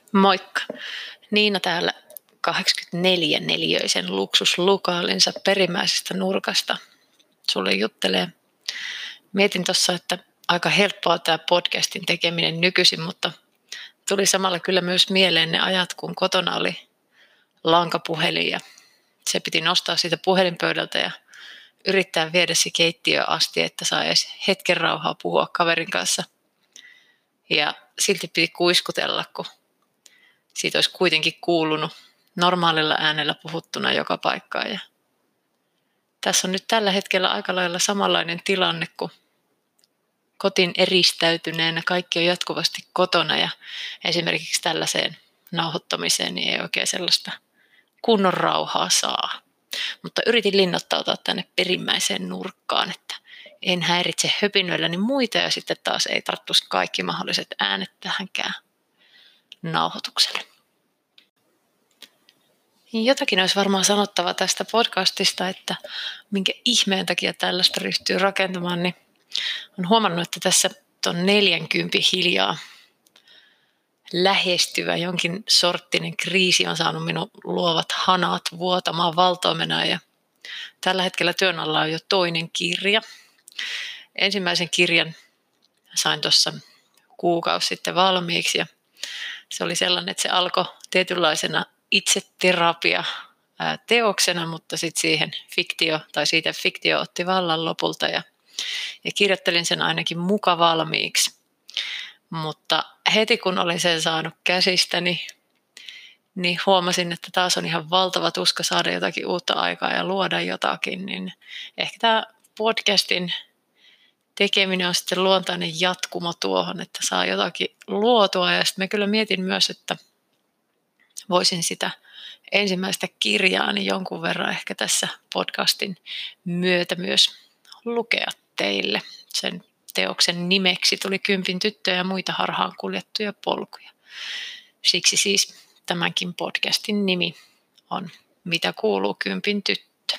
Moikka! Niina täällä 84-neliöisen luksuslukaalinsa perimmäisestä nurkasta sulle juttelee. Mietin tuossa, että aika helppoa tämä podcastin tekeminen nykyisin, mutta tuli samalla kyllä myös mieleen ne ajat, kun kotona oli lankapuhelin ja se piti nostaa siitä puhelinpöydältä ja yrittää viedä se keittiöön asti, että saa edes hetken rauhaa puhua kaverin kanssa. Ja silti piti kuiskutella, kun siitä olisi kuitenkin kuulunut normaalilla äänellä puhuttuna joka paikkaan. Ja tässä on nyt tällä hetkellä aika lailla samanlainen tilanne, kun kotiin eristäytyneenä kaikki on jatkuvasti kotona ja esimerkiksi tällaiseen nauhoittamiseen niin ei oikein sellaista kunnon rauhaa saa. Mutta yritin linnoittautua tänne perimmäiseen nurkkaan, että en häiritse höpinöilläni muita ja sitten taas ei tarttuisi kaikki mahdolliset äänet tähänkään nauhoitukselle. Jotakin olisi varmaan sanottava tästä podcastista, että minkä ihmeen takia tällaista ryhtyy rakentamaan, niin olen huomannut, että tässä tuon 40 hiljaa lähestyvä jonkin sorttinen kriisi on saanut minun luovat hanat vuotamaan valtoimenaan ja tällä hetkellä työn alla on jo toinen kirja. Ensimmäisen kirjan sain tuossa kuukausi sitten valmiiksi ja se oli sellainen, että se alkoi tietynlaisena itseterapia teoksena, mutta sitten siitä fiktio otti vallan lopulta ja kirjoittelin sen ainakin muka valmiiksi. Mutta heti kun olin sen saanut käsistäni, niin huomasin, että taas on ihan valtava tuska saada jotakin uutta aikaa ja luoda jotakin, niin ehkä tämä podcastin tekeminen on sitten luontainen jatkumo tuohon, että saa jotakin luotua ja sitten mä kyllä mietin myös, että voisin sitä ensimmäistä kirjaani jonkun verran ehkä tässä podcastin myötä myös lukea teille. Sen teoksen nimeksi tuli 10 tyttöjä ja muita harhaan kuljettuja polkuja. Siksi siis tämänkin podcastin nimi on Mitä kuuluu 10 tyttö.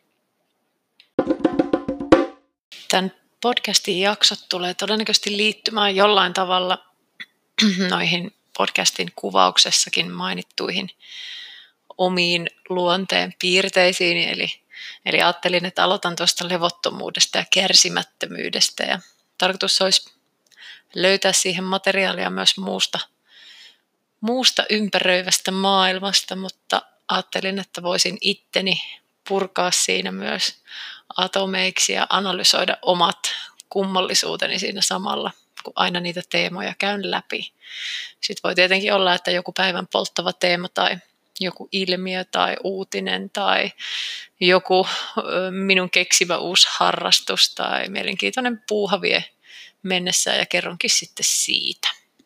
Tämän podcastin jaksot tulee todennäköisesti liittymään jollain tavalla noihin podcastin kuvauksessakin mainittuihin omiin luonteen piirteisiin. Eli ajattelin, että aloitan tuosta levottomuudesta ja kärsimättömyydestä. Ja tarkoitus olisi löytää siihen materiaalia myös muusta ympäröivästä maailmasta, mutta ajattelin, että voisin itteni purkaa siinä myös atomeiksi ja analysoida omat kummallisuuteni siinä samalla, kun aina niitä teemoja käyn läpi. Sitten voi tietenkin olla, että joku päivän polttava teema tai joku ilmiö tai uutinen tai joku minun keksimä uusi harrastus tai mielenkiintoinen puuha vie mennessään ja kerronkin sitten siitä.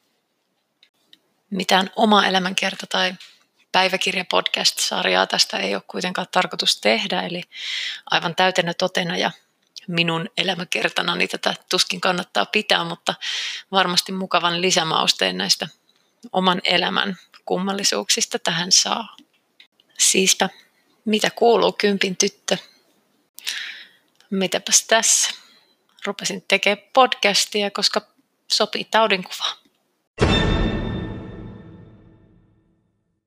Mitään oma elämänkerta tai päiväkirja-podcast-sarjaa tästä ei ole kuitenkaan tarkoitus tehdä, eli aivan täytenä totena ja minun elämäkertanani tätä tuskin kannattaa pitää, mutta varmasti mukavan lisämausteen näistä oman elämän kummallisuuksista tähän saa. Siispä, mitä kuuluu 10 tyttö? Mitäpäs tässä? Rupesin tekemään podcastia, koska sopii taudinkuvaan.